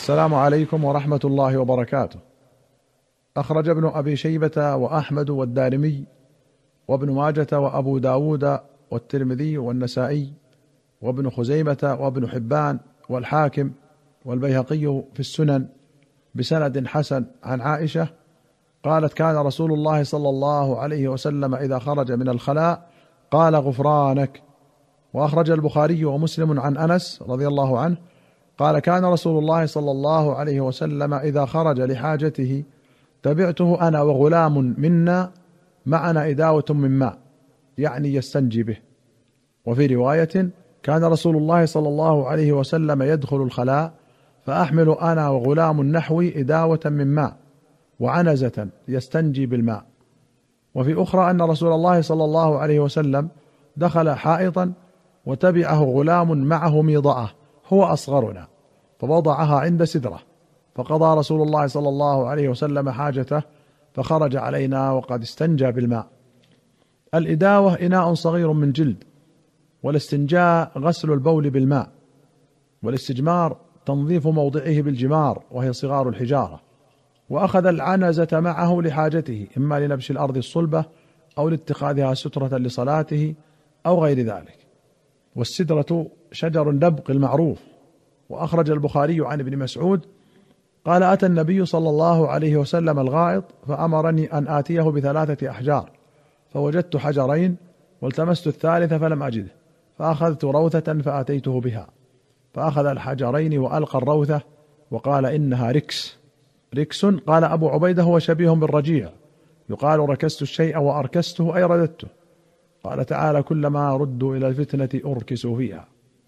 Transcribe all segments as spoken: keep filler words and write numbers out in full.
السلام عليكم ورحمة الله وبركاته. أخرج ابن أبي شيبة وأحمد والدارمي وابن ماجة وأبو داود والترمذي والنسائي وابن خزيمة وابن حبان والحاكم والبيهقي في السنن بسند حسن عن عائشة قالت: كان رسول الله صلى الله عليه وسلم إذا خرج من الخلاء قال: غفرانك. وأخرج البخاري ومسلم عن أنس رضي الله عنه قال: كان رسول الله صلى الله عليه وسلم إذا خرج لحاجته تبعته أنا وغلام منا معنا إداوة من ماء، يعني يستنجي به. وفي رواية: كان رسول الله صلى الله عليه وسلم يدخل الخلاء فأحمل أنا وغلام نحوي إداوة من ماء وعنزة يستنجي بالماء. وفي أخرى أن رسول الله صلى الله عليه وسلم دخل حائطا وتبعه غلام معه ميضأة هو أصغرنا فوضعها عند سدرة، فقضى رسول الله صلى الله عليه وسلم حاجته فخرج علينا وقد استنجى بالماء. الإداوة إناء صغير من جلد، والاستنجاء غسل البول بالماء، والاستجمار تنظيف موضعه بالجمار وهي صغار الحجارة. وأخذ العنزة معه لحاجته، إما لنبش الأرض الصلبة أو لاتخاذها سترة لصلاته أو غير ذلك. والسدرة شجر النبق المعروف. وأخرج البخاري عن ابن مسعود قال: أتى النبي صلى الله عليه وسلم الغائط فأمرني أن آتيه بثلاثة أحجار، فوجدت حجرين والتمست الثالث فلم أجده، فأخذت روثة فأتيته بها، فأخذ الحجرين وألقى الروثة وقال: إنها ركس. ركس قال أبو عبيدة هو شبيه بالرجيع، يقال ركست الشيء وأركسته أي رددته. قال تعالى: كلما ردوا إلى الفتنة أركسوا فيها.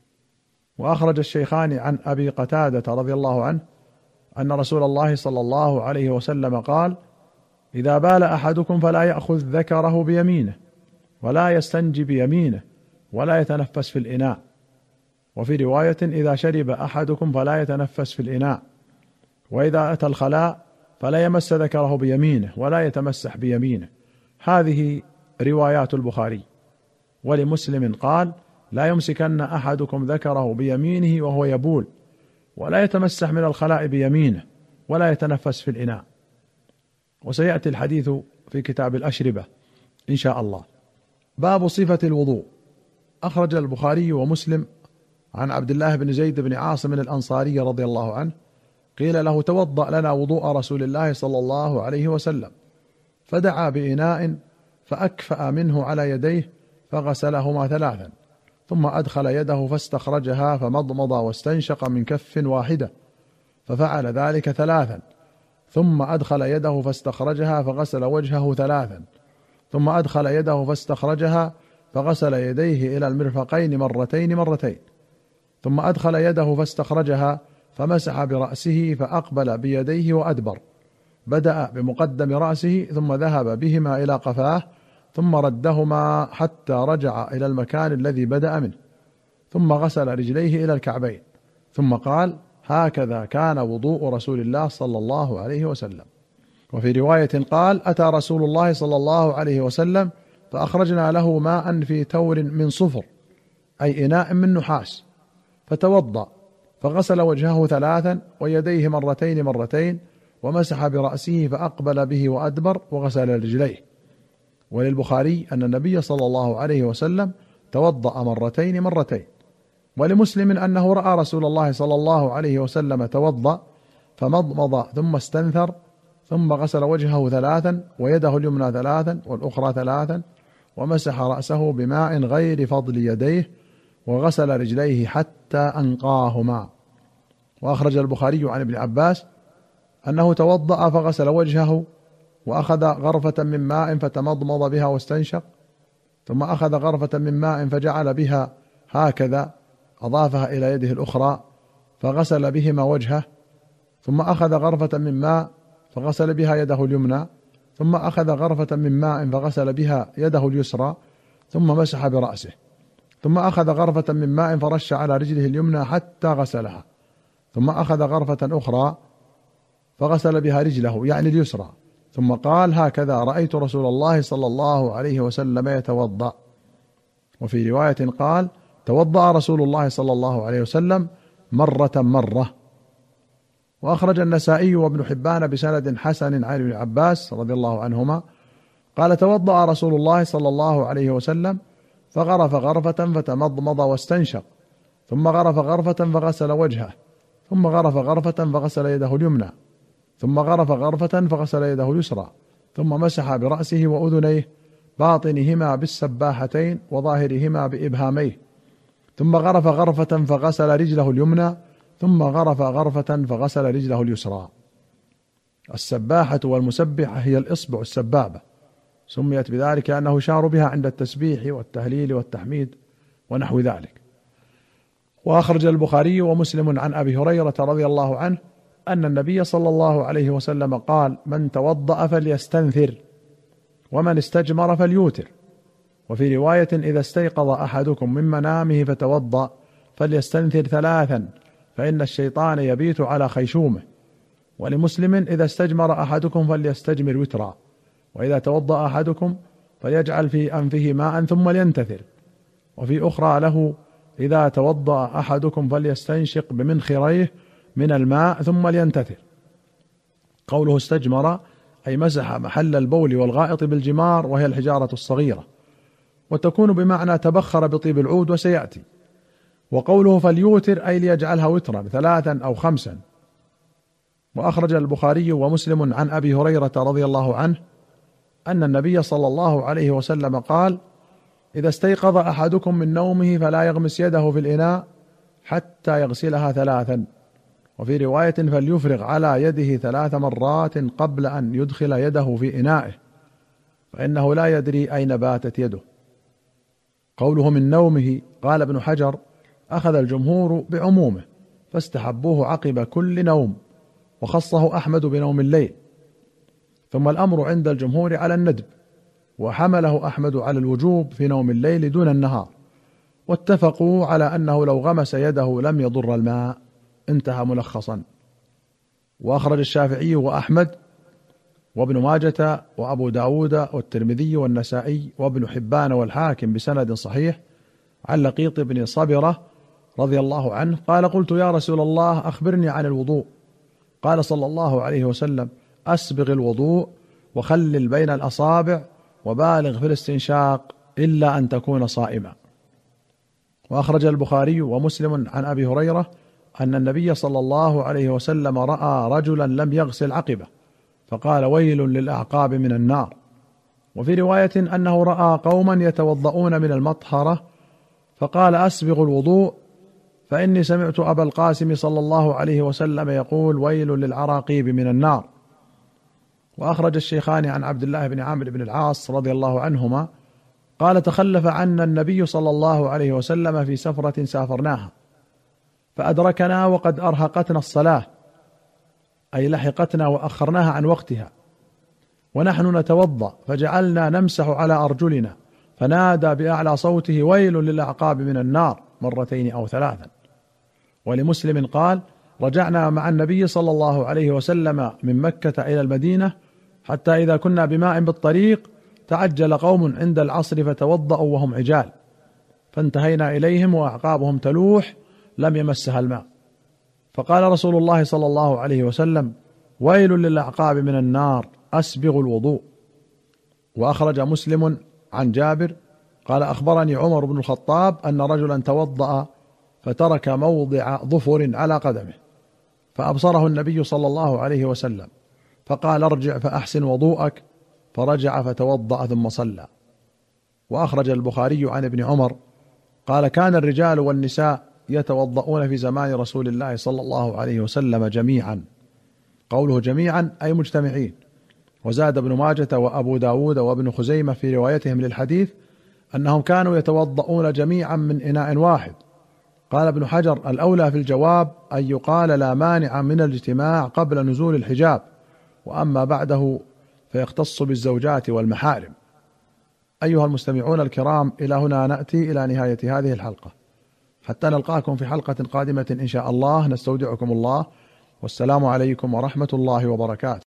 وأخرج الشيخان عن أبي قتادة رضي الله عنه أن رسول الله صلى الله عليه وسلم قال: إذا بال أحدكم فلا يأخذ ذكره بيمينه ولا يستنجي بيمينه ولا يتنفس في الإناء. وفي رواية: إذا شرب أحدكم فلا يتنفس في الإناء، وإذا أتى الخلاء فلا يمس ذكره بيمينه ولا يتمسح بيمينه. هذه روايات البخاري. ولمسلم قال: لا يمسكن أحدكم ذكره بيمينه وهو يبول، ولا يتمسح من الخلاء بيمينه، ولا يتنفس في الإناء. وسيأتي الحديث في كتاب الأشربة إن شاء الله. باب صفة الوضوء. أخرج البخاري ومسلم عن عبد الله بن زيد بن عاصم الأنصاري رضي الله عنه قيل له: توضأ لنا وضوء رسول الله صلى الله عليه وسلم، فدعا بإناء فأكفأ منه على يديه فغسلهما ثلاثا، ثم أدخل يده فاستخرجها فمضمض واستنشق من كف واحدة، ففعل ذلك ثلاثا، ثم أدخل يده فاستخرجها فغسل وجهه ثلاثا، ثم أدخل يده فاستخرجها فغسل يديه إلى المرفقين مرتين مرتين، ثم أدخل يده فاستخرجها فمسح برأسه فأقبل بيديه وأدبر، بدأ بمقدم رأسه ثم ذهب بهما إلى قفاه، ثم ردهما حتى رجع إلى المكان الذي بدأ منه، ثم غسل رجليه إلى الكعبين، ثم قال: هكذا كان وضوء رسول الله صلى الله عليه وسلم. وفي رواية قال: أتى رسول الله صلى الله عليه وسلم فأخرجنا له ماء في تور من صفر، أي إناء من نحاس، فتوضأ فغسل وجهه ثلاثا ويديه مرتين مرتين، ومسح برأسه فأقبل به وأدبر، وغسل رجليه. وللبخاري أن النبي صلى الله عليه وسلم توضأ مرتين مرتين. ولمسلم أنه رأى رسول الله صلى الله عليه وسلم توضأ فمضمض ثم استنثر، ثم غسل وجهه ثلاثا ويده اليمنى ثلاثا والأخرى ثلاثا، ومسح رأسه بماء غير فضل يديه، وغسل رجليه حتى أنقاهما. وأخرج البخاري عن ابن عباس أنه توضأ فغسل وجهه وأخذ غرفة من ماء فتمضمض بها واستنشق، ثم أخذ غرفة من ماء فجعل بها هكذا، أضافها إلى يده الأخرى فغسل بهما وجهه، ثم أخذ غرفة من ماء فغسل بها يده اليمنى، ثم أخذ غرفة من ماء فغسل بها يده اليسرى، ثم مسح برأسه، ثم أخذ غرفة من ماء فرش على رجله اليمنى حتى غسلها، ثم أخذ غرفة أخرى فغسل بها رجله يعني اليسرى، ثم قال: هكذا رأيت رسول الله صلى الله عليه وسلم يتوضأ. وفي رواية قال: توضأ رسول الله صلى الله عليه وسلم مرة مرة. وأخرج النسائي وابن حبان بسند حسن عن ابن عباس رضي الله عنهما قال: توضأ رسول الله صلى الله عليه وسلم فغرف غرفة فتمضمض واستنشق، ثم غرف غرفة فغسل وجهه، ثم غرف غرفة فغسل يده اليمنى، ثم غرف غرفة فغسل يده اليسرى، ثم مسح برأسه وأذنيه باطنهما بالسباحتين وظاهرهما بإبهاميه، ثم غرف غرفة فغسل رجله اليمنى، ثم غرف غرفة فغسل رجله اليسرى. السباحة والمسبحة هي الإصبع السبابة، سميت بذلك لأنه يشار بها عند التسبيح والتهليل والتحميد ونحو ذلك. وأخرج البخاري ومسلم عن أبي هريرة رضي الله عنه أن النبي صلى الله عليه وسلم قال: من توضأ فليستنثر، ومن استجمر فليوتر. وفي رواية: إذا استيقظ أحدكم من منامه فتوضأ فليستنثر ثلاثا فإن الشيطان يبيت على خيشومه. ولمسلم: إذا استجمر أحدكم فليستجمر وترا، وإذا توضأ أحدكم فليجعل في أنفه ماء ثم لينتثر. وفي أخرى له: إذا توضأ أحدكم فليستنشق بمنخريه من الماء ثم لينتثر. قوله استجمر أي مسح محل البول والغائط بالجمار، وهي الحجارة الصغيرة، وتكون بمعنى تبخر بطيب العود، وسيأتي. وقوله فليوتر أي ليجعلها وترا ثلاثا أو خمسا. وأخرج البخاري ومسلم عن أبي هريرة رضي الله عنه أن النبي صلى الله عليه وسلم قال: إذا استيقظ أحدكم من نومه فلا يغمس يده في الإناء حتى يغسلها ثلاثا. وفي رواية: فليفرغ على يده ثلاث مرات قبل أن يدخل يده في إنائه، فإنه لا يدري أين باتت يده. قوله من نومه، قال ابن حجر: أخذ الجمهور بعمومه فاستحبوه عقب كل نوم، وخصه أحمد بنوم الليل. ثم الأمر عند الجمهور على الندب، وحمله أحمد على الوجوب في نوم الليل دون النهار، واتفقوا على أنه لو غمس يده لم يضر الماء. انتهى ملخصا. وأخرج الشافعي وأحمد وابن ماجة وأبو داود والترمذي والنسائي وابن حبان والحاكم بسند صحيح عن لقيط بن صبرة رضي الله عنه قال: قلت يا رسول الله أخبرني عن الوضوء. قال صلى الله عليه وسلم: أسبغ الوضوء وخلل بين الأصابع وبالغ في الاستنشاق إلا أن تكون صائما. وأخرج البخاري ومسلم عن أبي هريرة أن النبي صلى الله عليه وسلم رأى رجلا لم يغسل عقبه فقال: ويل للأعقاب من النار. وفي رواية أنه رأى قوما يتوضؤون من المطهرة فقال: أسبغ الوضوء فإني سمعت أبا القاسم صلى الله عليه وسلم يقول: ويل للعراقيب من النار. وأخرج الشيخان عن عبد الله بن عامر بن العاص رضي الله عنهما قال: تخلف عنا النبي صلى الله عليه وسلم في سفرة سافرناها، فأدركنا وقد أرهقتنا الصلاة، أي لحقتنا وأخرناها عن وقتها، ونحن نتوضأ فجعلنا نمسح على أرجلنا، فنادى بأعلى صوته: ويل للأعقاب من النار، مرتين أو ثلاثا. ولمسلم قال: رجعنا مع النبي صلى الله عليه وسلم من مكة إلى المدينة، حتى إذا كنا بماء بالطريق تعجل قوم عند العصر فتوضأوا وهم عجال، فانتهينا إليهم وأعقابهم تلوح لم يمسها الماء، فقال رسول الله صلى الله عليه وسلم: ويل للأعقاب من النار، أسبغ الوضوء. وأخرج مسلم عن جابر قال: أخبرني عمر بن الخطاب أن رجلا توضأ فترك موضع ظفر على قدمه، فأبصره النبي صلى الله عليه وسلم فقال: ارجع فأحسن وضوءك، فرجع فتوضأ ثم صلى. وأخرج البخاري عن ابن عمر قال: كان الرجال والنساء يتوضؤون في زمان رسول الله صلى الله عليه وسلم جميعا. قوله جميعا أي مجتمعين. وزاد ابن ماجة وأبو داود وابن خزيمة في روايتهم للحديث أنهم كانوا يتوضؤون جميعا من إناء واحد. قال ابن حجر: الأولى في الجواب أن يقال لا مانع من الاجتماع قبل نزول الحجاب، وأما بعده فيختص بالزوجات والمحارم. أيها المستمعون الكرام، إلى هنا نأتي إلى نهاية هذه الحلقة، حتى نلقاكم في حلقة قادمة إن شاء الله. نستودعكم الله، والسلام عليكم ورحمة الله وبركاته.